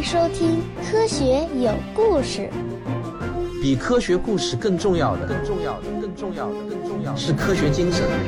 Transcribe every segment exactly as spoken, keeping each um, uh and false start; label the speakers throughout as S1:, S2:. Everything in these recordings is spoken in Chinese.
S1: 收听科学有故事。
S2: 比科学故事更重要的，更重要的，更重要的，更重要的是科学精神。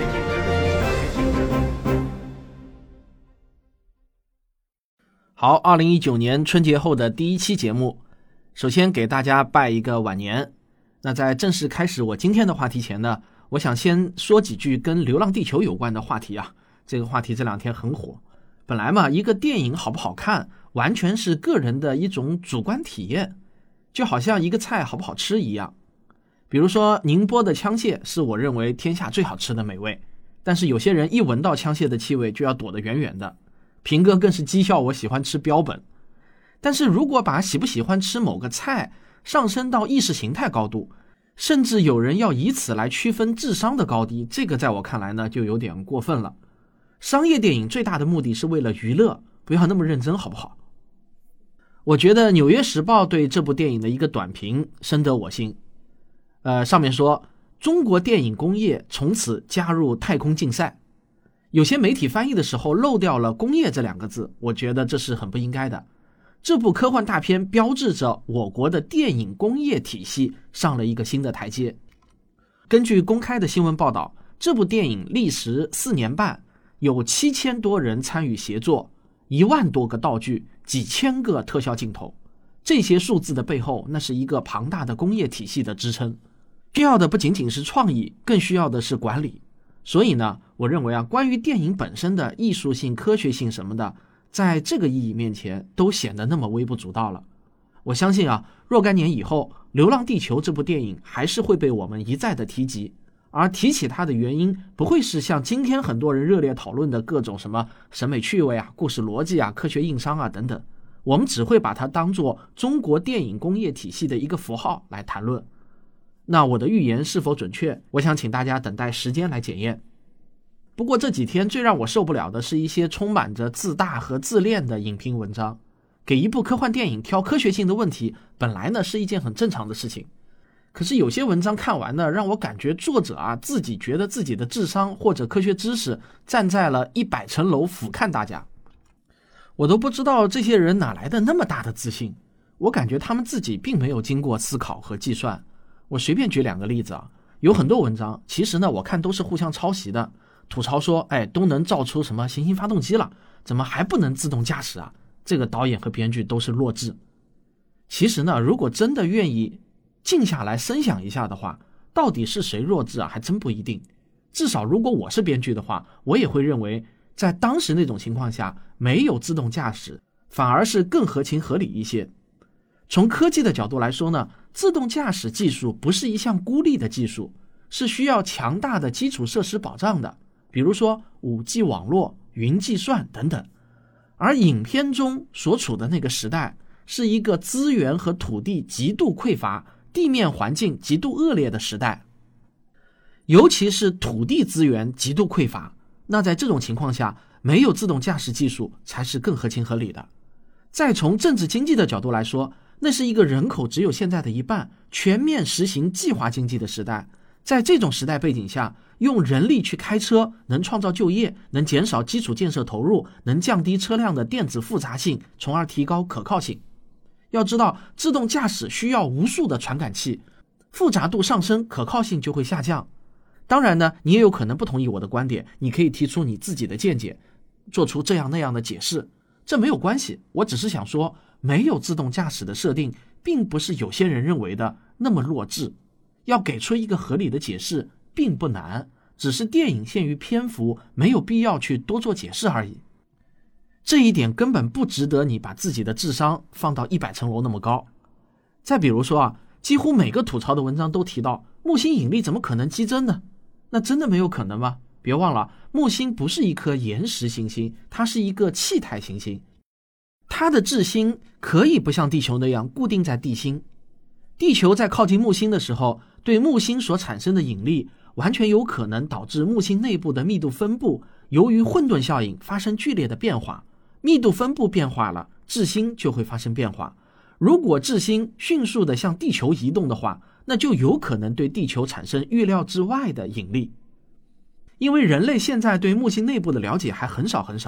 S3: 好，二零一九年春节后的第一期节目，首先给大家拜一个晚年。那在正式开始我今天的话题前呢，我想先说几句跟《流浪地球》有关的话题啊。这个话题这两天很火。本来嘛，一个电影好不好看，完全是个人的一种主观体验，就好像一个菜好不好吃一样。比如说宁波的枪蟹是我认为天下最好吃的美味，但是有些人一闻到枪蟹的气味就要躲得远远的。平哥更是讥笑我喜欢吃标本。但是如果把喜不喜欢吃某个菜上升到意识形态高度，甚至有人要以此来区分智商的高低，这个在我看来呢就有点过分了。商业电影最大的目的是为了娱乐，不要那么认真好不好？我觉得《纽约时报》对这部电影的一个短评深得我心。呃，上面说中国电影工业从此加入太空竞赛。有些媒体翻译的时候漏掉了工业这两个字，我觉得这是很不应该的。这部科幻大片标志着我国的电影工业体系上了一个新的台阶。根据公开的新闻报道，这部电影历时四年半，有七千多人参与协作，一万多个道具，几千个特效镜头。这些数字的背后，那是一个庞大的工业体系的支撑。需要的不仅仅是创意，更需要的是管理。所以呢，我认为啊，关于电影本身的艺术性、科学性什么的，在这个意义面前都显得那么微不足道了。我相信啊，若干年以后，《流浪地球》这部电影还是会被我们一再的提及，而提起它的原因不会是像今天很多人热烈讨论的各种什么审美趣味啊、故事逻辑啊、科学硬伤啊等等，我们只会把它当作中国电影工业体系的一个符号来谈论。那我的预言是否准确，我想请大家等待时间来检验。不过这几天最让我受不了的是一些充满着自大和自恋的影评文章。给一部科幻电影挑科学性的问题，本来呢是一件很正常的事情。可是有些文章看完呢，让我感觉作者啊自己觉得自己的智商或者科学知识站在了一百层楼俯瞰大家。我都不知道这些人哪来的那么大的自信，我感觉他们自己并没有经过思考和计算。我随便举两个例子啊，有很多文章其实呢我看都是互相抄袭的，吐槽说哎，都能造出什么行星发动机了，怎么还不能自动驾驶啊？这个导演和编剧都是弱智。其实呢，如果真的愿意静下来深想一下的话，到底是谁弱智啊，还真不一定。至少如果我是编剧的话，我也会认为在当时那种情况下，没有自动驾驶反而是更合情合理一些。从科技的角度来说呢，自动驾驶技术不是一项孤立的技术，是需要强大的基础设施保障的，比如说 五 G 网络、云计算等等。而影片中所处的那个时代，是一个资源和土地极度匮乏、地面环境极度恶劣的时代，尤其是土地资源极度匮乏。那在这种情况下，没有自动驾驶技术才是更合情合理的。再从政治经济的角度来说，那是一个人口只有现在的一半，全面实行计划经济的时代。在这种时代背景下，用人力去开车能创造就业，能减少基础建设投入，能降低车辆的电子复杂性，从而提高可靠性。要知道，自动驾驶需要无数的传感器，复杂度上升，可靠性就会下降。当然呢，你也有可能不同意我的观点，你可以提出你自己的见解，做出这样那样的解释，这没有关系。我只是想说，没有自动驾驶的设定并不是有些人认为的那么弱智，要给出一个合理的解释并不难，只是电影限于篇幅，没有必要去多做解释而已。这一点根本不值得你把自己的智商放到一百层楼那么高。再比如说啊，几乎每个吐槽的文章都提到木星引力怎么可能激增呢？那真的没有可能吗？别忘了，木星不是一颗岩石行星，它是一个气态行星，它的质心可以不像地球那样固定在地心。地球在靠近木星的时候，对木星所产生的引力完全有可能导致木星内部的密度分布由于混沌效应发生剧烈的变化，密度分布变化了，质心就会发生变化。如果质心迅速地向地球移动的话，那就有可能对地球产生预料之外的引力。因为人类现在对木星内部的了解还很少很少，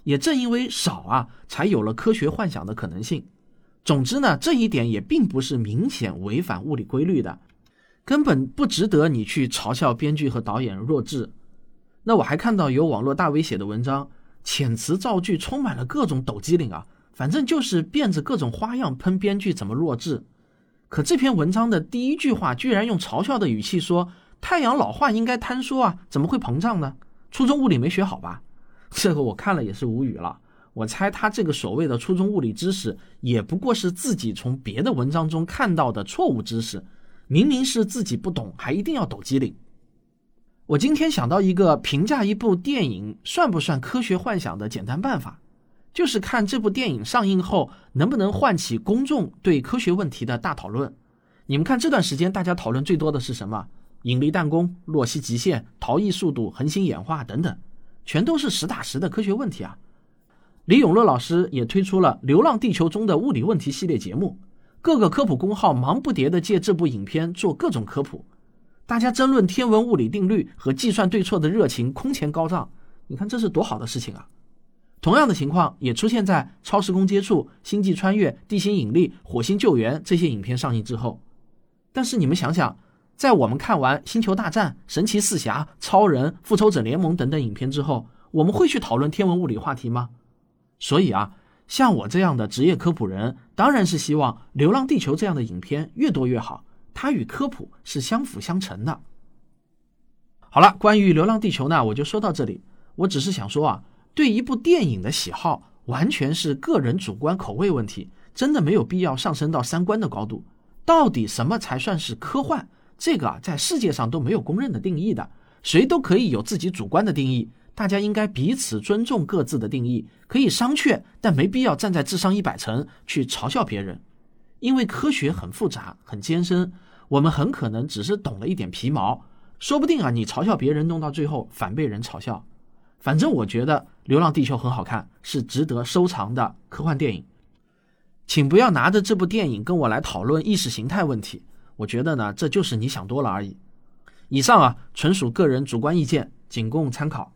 S3: 也正因为少啊，才有了科学幻想的可能性。总之呢，这一点也并不是明显违反物理规律的，根本不值得你去嘲笑编剧和导演弱智。那我还看到有网络大 V 写的文章，遣词造句充满了各种抖机灵啊，反正就是变着各种花样喷编剧怎么弱智。可这篇文章的第一句话居然用嘲笑的语气说，太阳老化应该坍缩啊，怎么会膨胀呢？初中物理没学好吧？这个我看了也是无语了。我猜他这个所谓的初中物理知识，也不过是自己从别的文章中看到的错误知识，明明是自己不懂，还一定要抖机灵。我今天想到一个评价一部电影算不算科学幻想的简单办法，就是看这部电影上映后能不能唤起公众对科学问题的大讨论。你们看这段时间大家讨论最多的是什么？引力弹弓、洛希极限、逃逸速度、恒星演化等等，全都是实打实的科学问题啊。李永乐老师也推出了《流浪地球》中的物理问题系列节目，各个科普公号忙不迭地借这部影片做各种科普，大家争论天文物理定律和计算对错的热情空前高涨，你看这是多好的事情啊！同样的情况也出现在超时空接触、星际穿越、地心引力、火星救援这些影片上映之后。但是你们想想，在我们看完《星球大战》、神奇四侠、超人、复仇者联盟等等影片之后，我们会去讨论天文物理话题吗？所以啊，像我这样的职业科普人，当然是希望《流浪地球》这样的影片越多越好，它与科普是相辅相成的。好了，关于《流浪地球》呢，我就说到这里。我只是想说啊，对一部电影的喜好完全是个人主观口味问题，真的没有必要上升到三观的高度。到底什么才算是科幻？这个啊，在世界上都没有公认的定义的，谁都可以有自己主观的定义。大家应该彼此尊重各自的定义，可以商榷，但没必要站在智商一百层去嘲笑别人。因为科学很复杂很艰深，我们很可能只是懂了一点皮毛，说不定啊，你嘲笑别人弄到最后反被人嘲笑。反正我觉得《流浪地球》很好看，是值得收藏的科幻电影。请不要拿着这部电影跟我来讨论意识形态问题，我觉得呢，这就是你想多了而已。以上啊，纯属个人主观意见，仅供参考。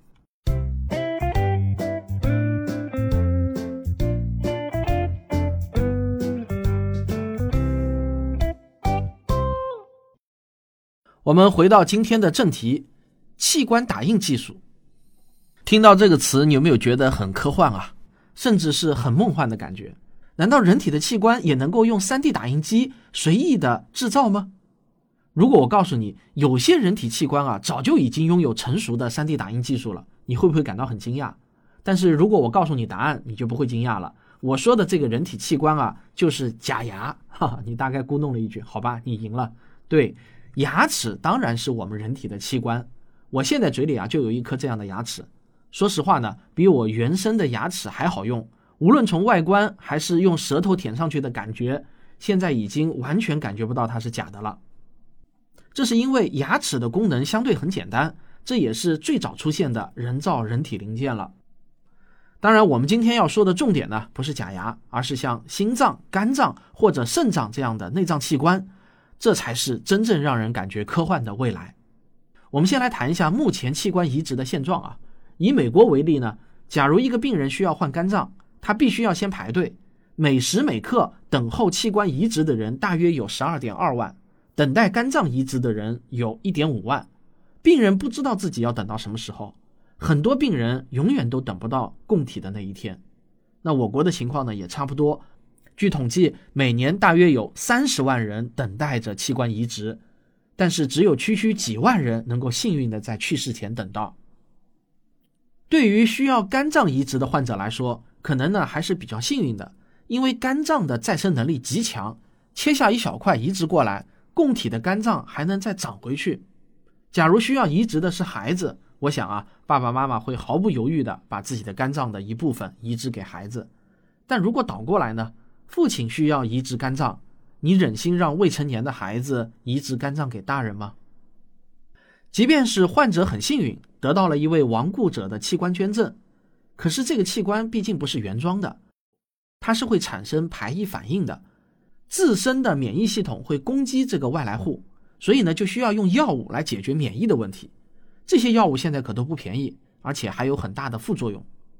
S3: 我们回到今天的正题，器官打印技术。听到这个词，你有没有觉得很科幻啊？甚至是很梦幻的感觉？难道人体的器官也能够用 三 D 打印机随意的制造吗？如果我告诉你，有些人体器官啊，早就已经拥有成熟的 三 D 打印技术了，你会不会感到很惊讶？但是如果我告诉你答案，你就不会惊讶了。我说的这个人体器官啊，就是假牙。哈哈，你大概咕哝了一句，好吧，你赢了。对，牙齿当然是我们人体的器官，我现在嘴里啊就有一颗这样的牙齿。说实话呢，比我原生的牙齿还好用，无论从外观还是用舌头舔上去的感觉，现在已经完全感觉不到它是假的了。这是因为牙齿的功能相对很简单，这也是最早出现的人造人体零件了。当然我们今天要说的重点呢，不是假牙，而是像心脏、肝脏或者肾脏这样的内脏器官，这才是真正让人感觉科幻的未来。我们先来谈一下目前器官移植的现状啊。以美国为例呢，假如一个病人需要换肝脏，他必须要先排队，每时每刻等候器官移植的人大约有 十二点二万，等待肝脏移植的人有 一点五万。病人不知道自己要等到什么时候，很多病人永远都等不到供体的那一天。那我国的情况呢也差不多，据统计每年大约有三十万人等待着器官移植，但是只有区区几万人能够幸运的在去世前等到。对于需要肝脏移植的患者来说，可能呢还是比较幸运的，因为肝脏的再生能力极强，切下一小块移植过来，供体的肝脏还能再长回去。假如需要移植的是孩子，我想啊，爸爸妈妈会毫不犹豫的把自己的肝脏的一部分移植给孩子。但如果倒过来呢，父亲需要移植肝脏，你忍心让未成年的孩子移植肝脏给大人吗？即便是患者很幸运得到了一位亡故者的器官捐赠，可是这个器官毕竟不是原装的，它是会产生排异反应的，自身的免疫系统会攻击这个外来户，所以呢就需要用药物来解决免疫的问题。这些药物现在可都不便宜，而且还有很大的副作用。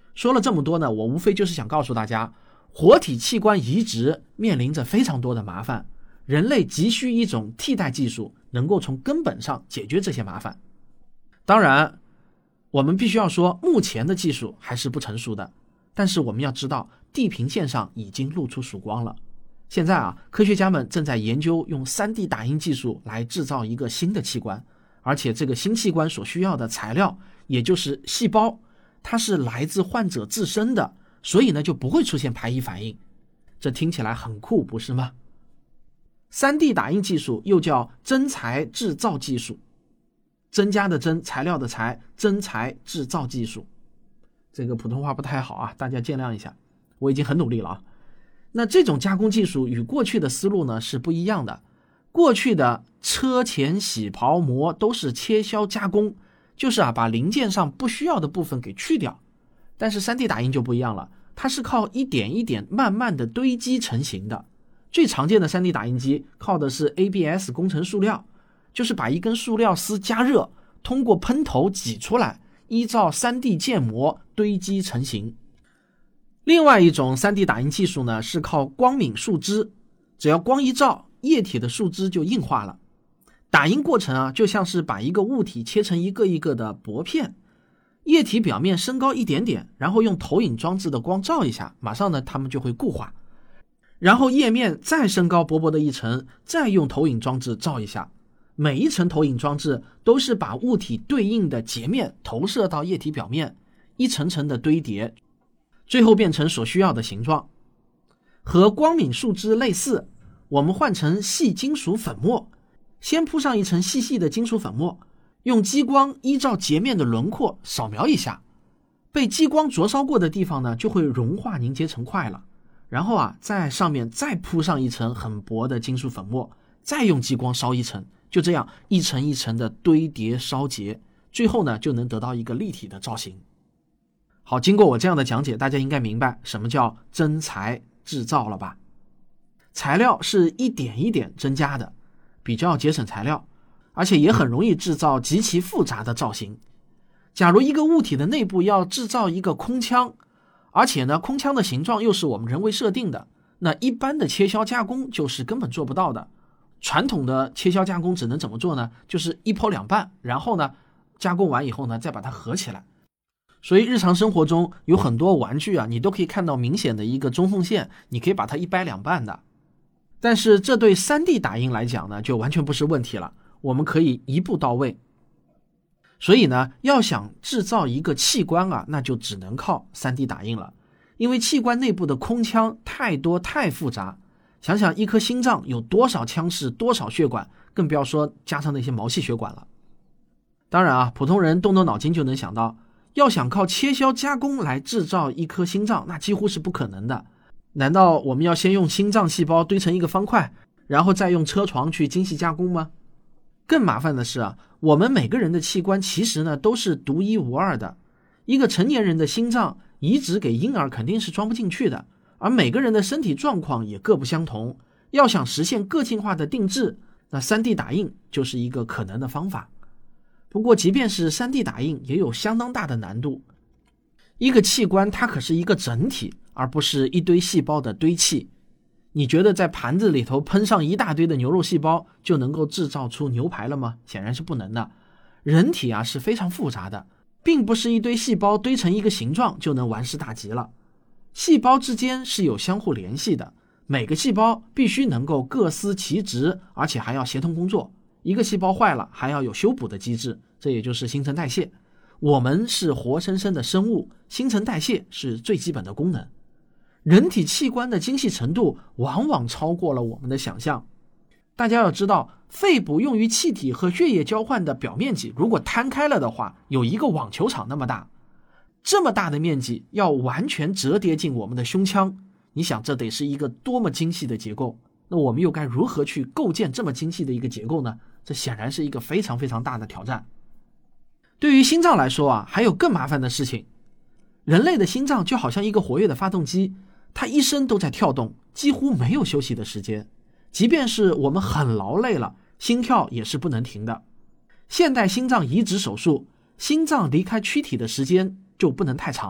S3: 说了这么多呢，我无非就是想告诉大家，活体器官移植面临着非常多的麻烦，人类急需一种替代技术，能够从根本上解决这些麻烦。当然，我们必须要说，目前的技术还是不成熟的，但是我们要知道，地平线上已经露出曙光了。现在啊，科学家们正在研究用 三 D 打印技术来制造一个新的器官，而且这个新器官所需要的材料，也就是细胞，它是来自患者自身的，所以呢就不会出现排异反应。这听起来很酷，不是吗？ 三 D 打印技术又叫增材制造技术，增加的增，材料的材，增材制造技术。这个普通话不太好啊，大家见谅一下，我已经很努力了啊。那这种加工技术与过去的思路呢是不一样的。过去的车钳、洗刨、磨都是切削加工，就是啊把零件上不需要的部分给去掉。但是 三 D 打印就不一样了，它是靠一点一点慢慢的堆积成型的。最常见的 三 D 打印机靠的是 A B S 工程塑料，就是把一根塑料丝加热，通过喷头挤出来，依照 三 D 建模堆积成型。另外一种 三 D 打印技术呢，是靠光敏树脂，只要光一照，液体的树脂就硬化了。打印过程啊，就像是把一个物体切成一个一个的薄片，液体表面升高一点点，然后用投影装置的光照一下，马上呢它们就会固化。然后液面再升高薄薄的一层，再用投影装置照一下，每一层投影装置都是把物体对应的截面投射到液体表面，一层层的堆叠，最后变成所需要的形状。和光敏树脂类似，我们换成细金属粉末，先铺上一层细细的金属粉末，用激光依照截面的轮廓扫描一下，被激光灼烧过的地方呢就会融化凝结成块了。然后啊，在上面再铺上一层很薄的金属粉末，再用激光烧一层，就这样一层一层的堆叠烧结，最后呢就能得到一个立体的造型。好，经过我这样的讲解，大家应该明白什么叫增材制造了吧？材料是一点一点增加的，比较节省材料，而且也很容易制造极其复杂的造型。假如一个物体的内部要制造一个空腔，而且呢，空腔的形状又是我们人为设定的，那一般的切削加工就是根本做不到的。传统的切削加工只能怎么做呢？就是一剖两半，然后呢，加工完以后呢，再把它合起来。所以日常生活中有很多玩具啊，你都可以看到明显的一个中缝线，你可以把它一掰两半的。但是这对 三 D 打印来讲呢，就完全不是问题了，我们可以一步到位。所以呢，要想制造一个器官啊，那就只能靠 三 D 打印了。因为器官内部的空腔太多太复杂，想想一颗心脏有多少腔室，多少血管，更不要说加上那些毛细血管了。当然啊，普通人动动脑筋就能想到，要想靠切削加工来制造一颗心脏，那几乎是不可能的。难道我们要先用心脏细胞堆成一个方块，然后再用车床去精细加工吗？更麻烦的是啊，我们每个人的器官其实呢都是独一无二的。一个成年人的心脏移植给婴儿肯定是装不进去的，而每个人的身体状况也各不相同。要想实现个性化的定制，那 三 D 打印就是一个可能的方法。不过即便是 三 D 打印也有相当大的难度。一个器官它可是一个整体，而不是一堆细胞的堆砌。你觉得在盘子里头喷上一大堆的牛肉细胞就能够制造出牛排了吗？显然是不能的。人体啊是非常复杂的，并不是一堆细胞堆成一个形状就能完事大吉了。细胞之间是有相互联系的，每个细胞必须能够各司其职，而且还要协同工作。一个细胞坏了还要有修补的机制，这也就是新陈代谢。我们是活生生的生物，新陈代谢是最基本的功能。人体器官的精细程度往往超过了我们的想象。大家要知道，肺部用于气体和血液交换的表面积如果摊开了的话，有一个网球场那么大。这么大的面积要完全折叠进我们的胸腔，你想这得是一个多么精细的结构。那我们又该如何去构建这么精细的一个结构呢？这显然是一个非常非常大的挑战。对于心脏来说啊，还有更麻烦的事情。人类的心脏就好像一个活跃的发动机，它一生都在跳动，几乎没有休息的时间。即便是我们很劳累了，心跳也是不能停的。现代心脏移植手术，心脏离开躯体的时间就不能太长，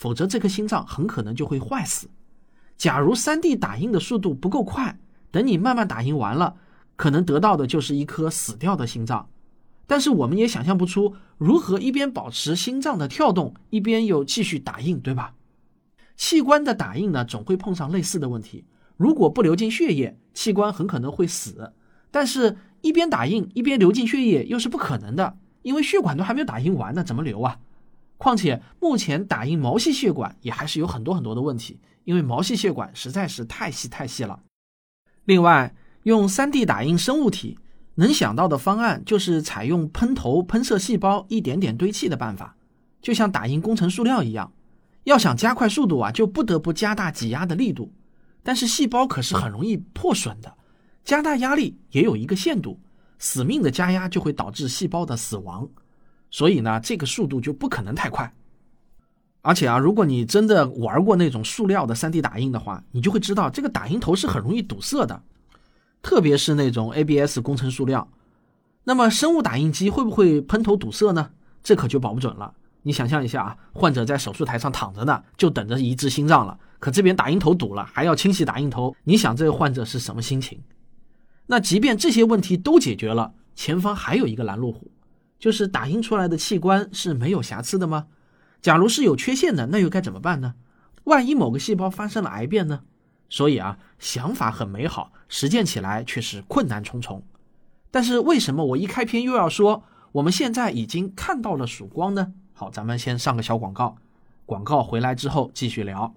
S3: 否则这颗心脏很可能就会坏死。假如 三 D 打印的速度不够快，等你慢慢打印完了，可能得到的就是一颗死掉的心脏。但是我们也想象不出如何一边保持心脏的跳动，一边又继续打印，对吧？器官的打印呢，总会碰上类似的问题。如果不流进血液，器官很可能会死。但是一边打印一边流进血液又是不可能的，因为血管都还没有打印完呢，怎么流啊？况且目前打印毛细血管也还是有很多很多的问题，因为毛细血管实在是太细太细了。另外，用 三 D 打印生物体，能想到的方案就是采用喷头喷射细胞一点点堆砌的办法，就像打印工程塑料一样。要想加快速度啊，就不得不加大挤压的力度。但是细胞可是很容易破损的，加大压力也有一个限度，死命的加压就会导致细胞的死亡。所以呢，这个速度就不可能太快。而且啊，如果你真的玩过那种塑料的 三 D 打印的话，你就会知道这个打印头是很容易堵塞的，特别是那种 A B S 工程塑料。那么生物打印机会不会喷头堵塞呢？这可就保不准了。你想象一下啊，患者在手术台上躺着呢，就等着移植心脏了，可这边打印头堵了，还要清洗打印头，你想这个患者是什么心情？那即便这些问题都解决了，前方还有一个拦路虎，就是打印出来的器官是没有瑕疵的吗？假如是有缺陷的，那又该怎么办呢？万一某个细胞发生了癌变呢？所以啊，想法很美好，实践起来却是困难重重。但是为什么我一开篇又要说我们现在已经看到了曙光呢？好，咱们先上个小广告，广告回来之后继续聊。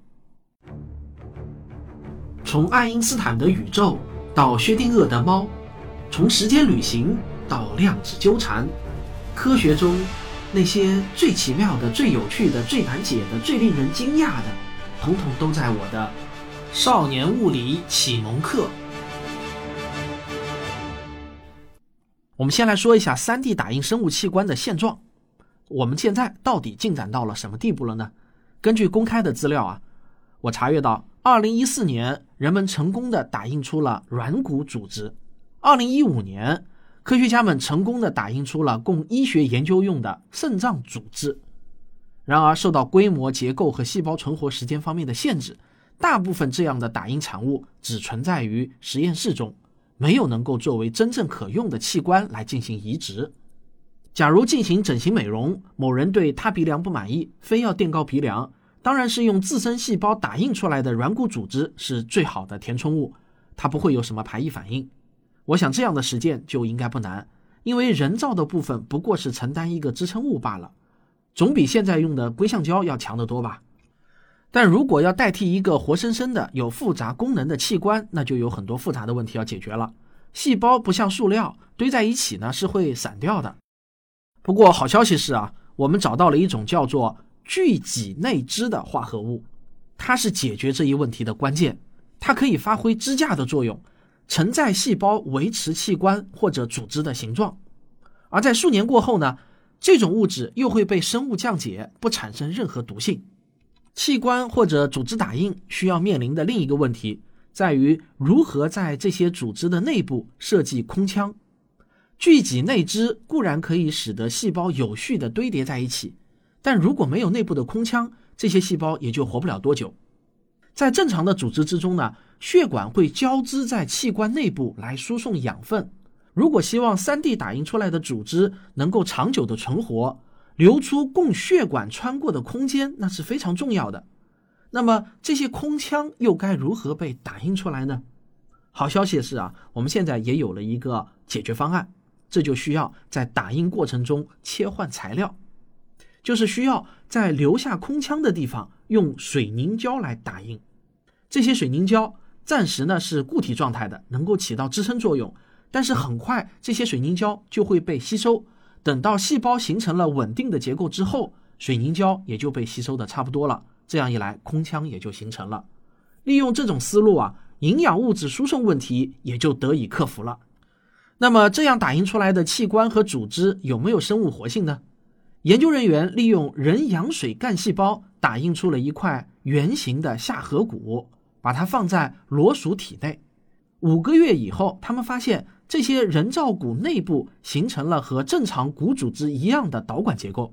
S3: 从爱因斯坦的宇宙到薛定谔的猫，从时间旅行到量子纠缠，科学中那些最奇妙的、最有趣的、最难解的、最令人惊讶的，统统都在我的少年物理启蒙课。我们先来说一下 三 D 打印生物器官的现状。我们现在到底进展到了什么地步了呢？根据公开的资料啊，我查阅到二零一四年人们成功的打印出了软骨组织，二零一五年科学家们成功的打印出了供医学研究用的肾脏组织。然而受到规模、结构和细胞存活时间方面的限制，大部分这样的打印产物只存在于实验室中，没有能够作为真正可用的器官来进行移植。假如进行整形美容，某人对他鼻梁不满意，非要垫高鼻梁，当然是用自身细胞打印出来的软骨组织是最好的填充物，它不会有什么排异反应。我想这样的实践就应该不难，因为人造的部分不过是承担一个支撑物罢了，总比现在用的硅橡胶要强得多吧。但如果要代替一个活生生的有复杂功能的器官，那就有很多复杂的问题要解决了。细胞不像塑料，堆在一起呢是会散掉的。不过好消息是啊，我们找到了一种叫做聚己内酯的化合物，它是解决这一问题的关键。它可以发挥支架的作用，承载细胞，维持器官或者组织的形状。而在数年过后呢，这种物质又会被生物降解，不产生任何毒性。器官或者组织打印需要面临的另一个问题，在于如何在这些组织的内部设计空腔。聚己内酯固然可以使得细胞有序地堆叠在一起，但如果没有内部的空腔，这些细胞也就活不了多久。在正常的组织之中呢，血管会交织在器官内部来输送养分。如果希望 三 D 打印出来的组织能够长久的存活，留出供血管穿过的空间，那是非常重要的。那么这些空腔又该如何被打印出来呢？好消息是啊，我们现在也有了一个解决方案，这就需要在打印过程中切换材料，就是需要在留下空腔的地方用水凝胶来打印。这些水凝胶暂时呢是固体状态的，能够起到支撑作用，但是很快这些水凝胶就会被吸收，等到细胞形成了稳定的结构之后，水凝胶也就被吸收的差不多了，这样一来空腔也就形成了。利用这种思路啊，营养物质输送问题也就得以克服了。那么这样打印出来的器官和组织有没有生物活性呢？研究人员利用人羊水干细胞打印出了一块圆形的下颌骨，把它放在裸鼠体内。五个月以后，他们发现这些人造骨内部形成了和正常骨组织一样的导管结构。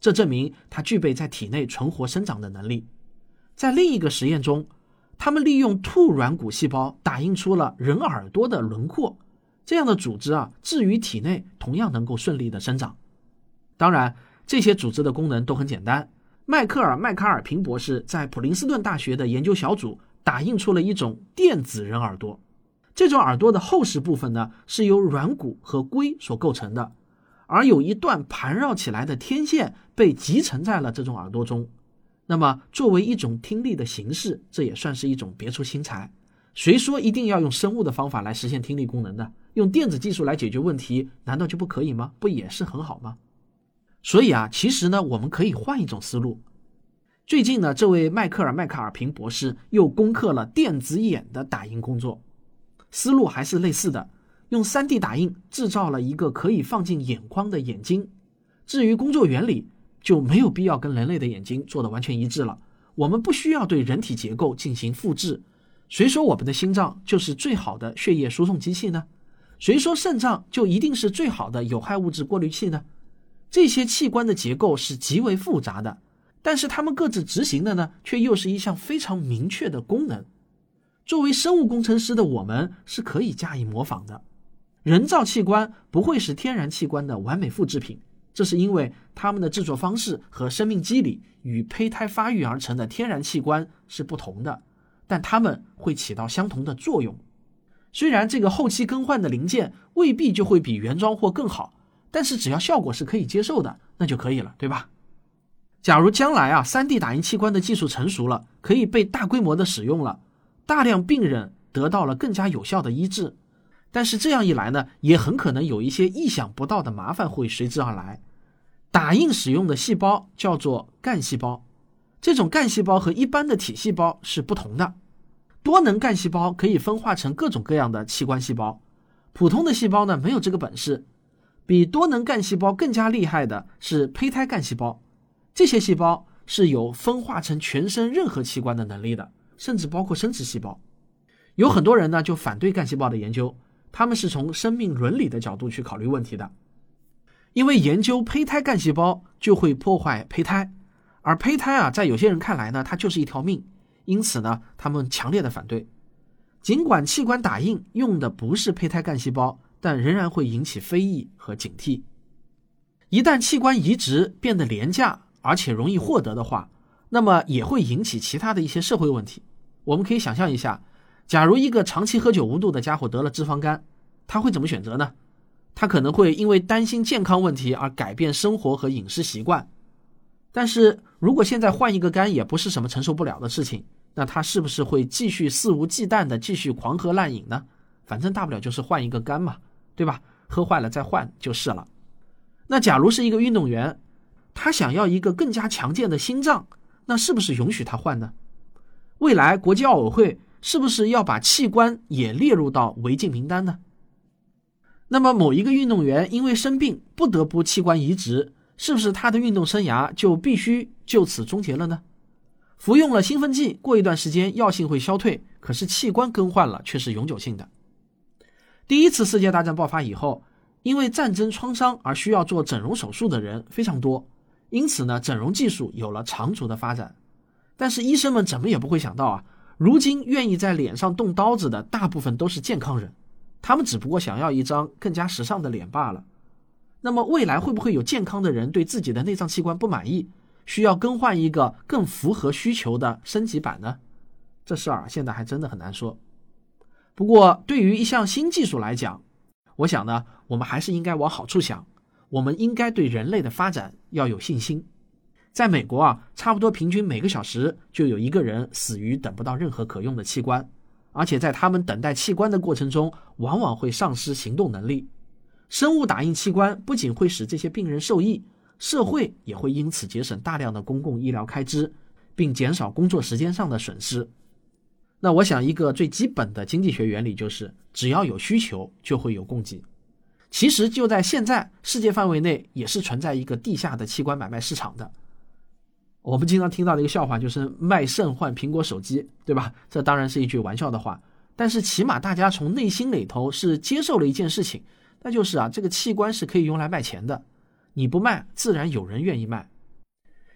S3: 这证明它具备在体内存活生长的能力。在另一个实验中，他们利用兔软骨细胞打印出了人耳朵的轮廓，这样的组织啊，置于体内同样能够顺利的生长。当然，这些组织的功能都很简单。迈克尔·麦卡尔平博士在普林斯顿大学的研究小组打印出了一种电子人耳朵。这种耳朵的后视部分呢，是由软骨和硅所构成的，而有一段盘绕起来的天线被集成在了这种耳朵中。那么作为一种听力的形式，这也算是一种别出心裁。谁说一定要用生物的方法来实现听力功能的？用电子技术来解决问题，难道就不可以吗？不也是很好吗？所以啊，其实呢，我们可以换一种思路。最近呢，这位迈克尔·麦卡尔平博士又攻克了电子眼的打印工作，思路还是类似的，用 三 D 打印制造了一个可以放进眼眶的眼睛。至于工作原理，就没有必要跟人类的眼睛做得完全一致了。我们不需要对人体结构进行复制。谁说我们的心脏就是最好的血液输送机器呢？谁说肾脏就一定是最好的有害物质过滤器呢？这些器官的结构是极为复杂的，但是它们各自执行的呢，却又是一项非常明确的功能。作为生物工程师的我们是可以加以模仿的。人造器官不会是天然器官的完美复制品，这是因为它们的制作方式和生命机理与胚胎发育而成的天然器官是不同的，但它们会起到相同的作用。虽然这个后期更换的零件未必就会比原装货更好，但是只要效果是可以接受的，那就可以了，对吧？假如将来啊 三 D 打印器官的技术成熟了，可以被大规模的使用了，大量病人得到了更加有效的医治。但是这样一来呢，也很可能有一些意想不到的麻烦会随之而来。打印使用的细胞叫做干细胞，这种干细胞和一般的体细胞是不同的。多能干细胞可以分化成各种各样的器官细胞，普通的细胞呢没有这个本事。比多能干细胞更加厉害的是胚胎干细胞，这些细胞是有分化成全身任何器官的能力的，甚至包括生殖细胞。有很多人呢就反对干细胞的研究，他们是从生命伦理的角度去考虑问题的。因为研究胚胎干细胞就会破坏胚胎，而胚胎啊，在有些人看来呢，它就是一条命，因此呢，他们强烈的反对。尽管器官打印用的不是胚胎干细胞，但仍然会引起非议和警惕。一旦器官移植变得廉价而且容易获得的话，那么也会引起其他的一些社会问题。我们可以想象一下，假如一个长期喝酒无度的家伙得了脂肪肝，他会怎么选择呢？他可能会因为担心健康问题而改变生活和饮食习惯。但是如果现在换一个肝也不是什么承受不了的事情，那他是不是会继续肆无忌惮的继续狂喝滥饮呢？反正大不了就是换一个肝嘛，对吧？喝坏了再换就是了。那假如是一个运动员，他想要一个更加强健的心脏，那是不是允许他换呢？未来国际奥委会是不是要把器官也列入到违禁名单呢？那么某一个运动员因为生病不得不器官移植，是不是他的运动生涯就必须就此终结了呢？服用了兴奋剂，过一段时间药性会消退，可是器官更换了却是永久性的。第一次世界大战爆发以后，因为战争创伤而需要做整容手术的人非常多，因此呢，整容技术有了长足的发展。但是医生们怎么也不会想到啊，如今愿意在脸上动刀子的大部分都是健康人，他们只不过想要一张更加时尚的脸罢了。那么未来会不会有健康的人对自己的内脏器官不满意，需要更换一个更符合需求的升级版呢？这事儿现在还真的很难说。不过对于一项新技术来讲，我想呢，我们还是应该往好处想，我们应该对人类的发展要有信心。在美国啊，差不多平均每个小时就有一个人死于等不到任何可用的器官，而且在他们等待器官的过程中，往往会丧失行动能力。生物打印器官不仅会使这些病人受益，社会也会因此节省大量的公共医疗开支，并减少工作时间上的损失。那我想一个最基本的经济学原理就是，只要有需求就会有供给。其实就在现在，世界范围内也是存在一个地下的器官买卖市场的。我们经常听到的一个笑话就是卖肾换苹果手机，对吧？这当然是一句玩笑的话，但是起码大家从内心里头是接受了一件事情，那就是啊，这个器官是可以用来卖钱的，你不卖自然有人愿意卖。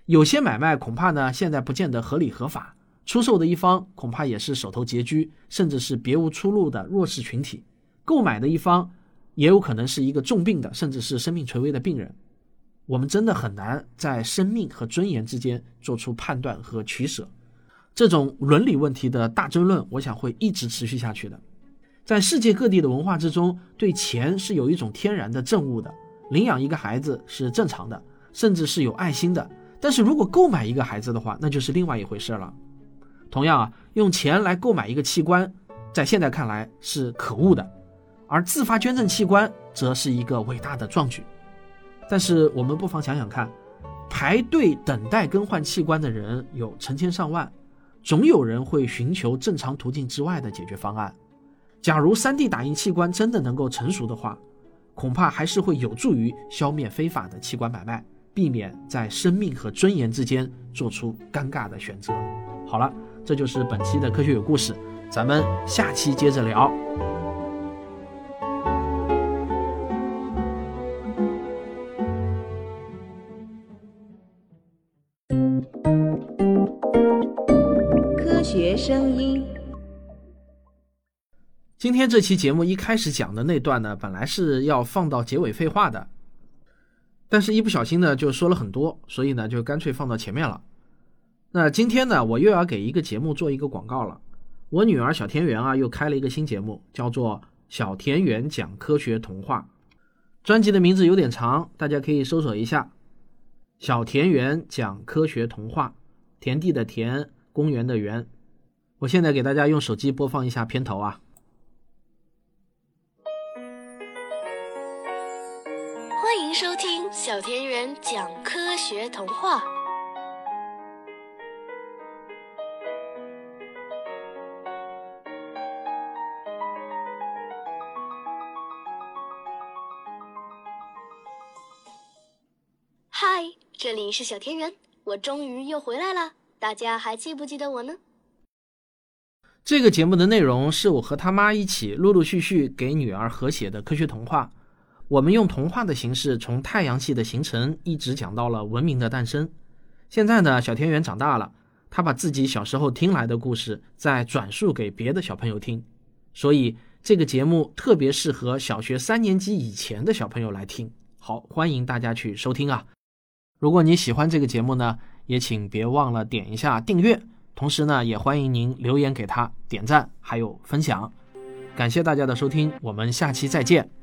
S3: 有些买卖恐怕呢现在不见得合理合法，出售的一方恐怕也是手头拮据，甚至是别无出路的弱势群体，购买的一方也有可能是一个重病的，甚至是生命垂危的病人。我们真的很难在生命和尊严之间做出判断和取舍。这种伦理问题的大争论，我想会一直持续下去的。在世界各地的文化之中，对钱是有一种天然的憎恶的，领养一个孩子是正常的，甚至是有爱心的，但是如果购买一个孩子的话，那就是另外一回事了。同样啊，用钱来购买一个器官，在现在看来是可恶的，而自发捐赠器官则是一个伟大的壮举。但是我们不妨想想看，排队等待更换器官的人有成千上万，总有人会寻求正常途径之外的解决方案。假如 三 D 打印器官真的能够成熟的话，恐怕还是会有助于消灭非法的器官买卖，避免在生命和尊严之间做出尴尬的选择。好了，这就是本期的科学有故事，咱们下期接着聊。
S4: 科学声音。
S3: 今天这期节目一开始讲的那段呢，本来是要放到结尾废话的，但是一不小心呢就说了很多，所以呢就干脆放到前面了。那今天呢我又要给一个节目做一个广告了。我女儿小田园啊又开了一个新节目，叫做小田园讲科学童话。专辑的名字有点长，大家可以搜索一下，小田园讲科学童话，田地的田，公园的园。我现在给大家用手机播放一下片头啊。
S5: 欢迎收听小田园讲科学童话。嗨，这里是小田园，我终于又回来了，大家还记不记得我呢？
S3: 这个节目的内容是我和他妈一起陆陆续续给女儿合写的科学童话。我们用童话的形式，从太阳系的形成一直讲到了文明的诞生。现在呢，小田园长大了，他把自己小时候听来的故事再转述给别的小朋友听，所以这个节目特别适合小学三年级以前的小朋友来听。好，欢迎大家去收听啊！如果你喜欢这个节目呢，也请别忘了点一下订阅，同时呢，也欢迎您留言给他、点赞还有分享。感谢大家的收听，我们下期再见。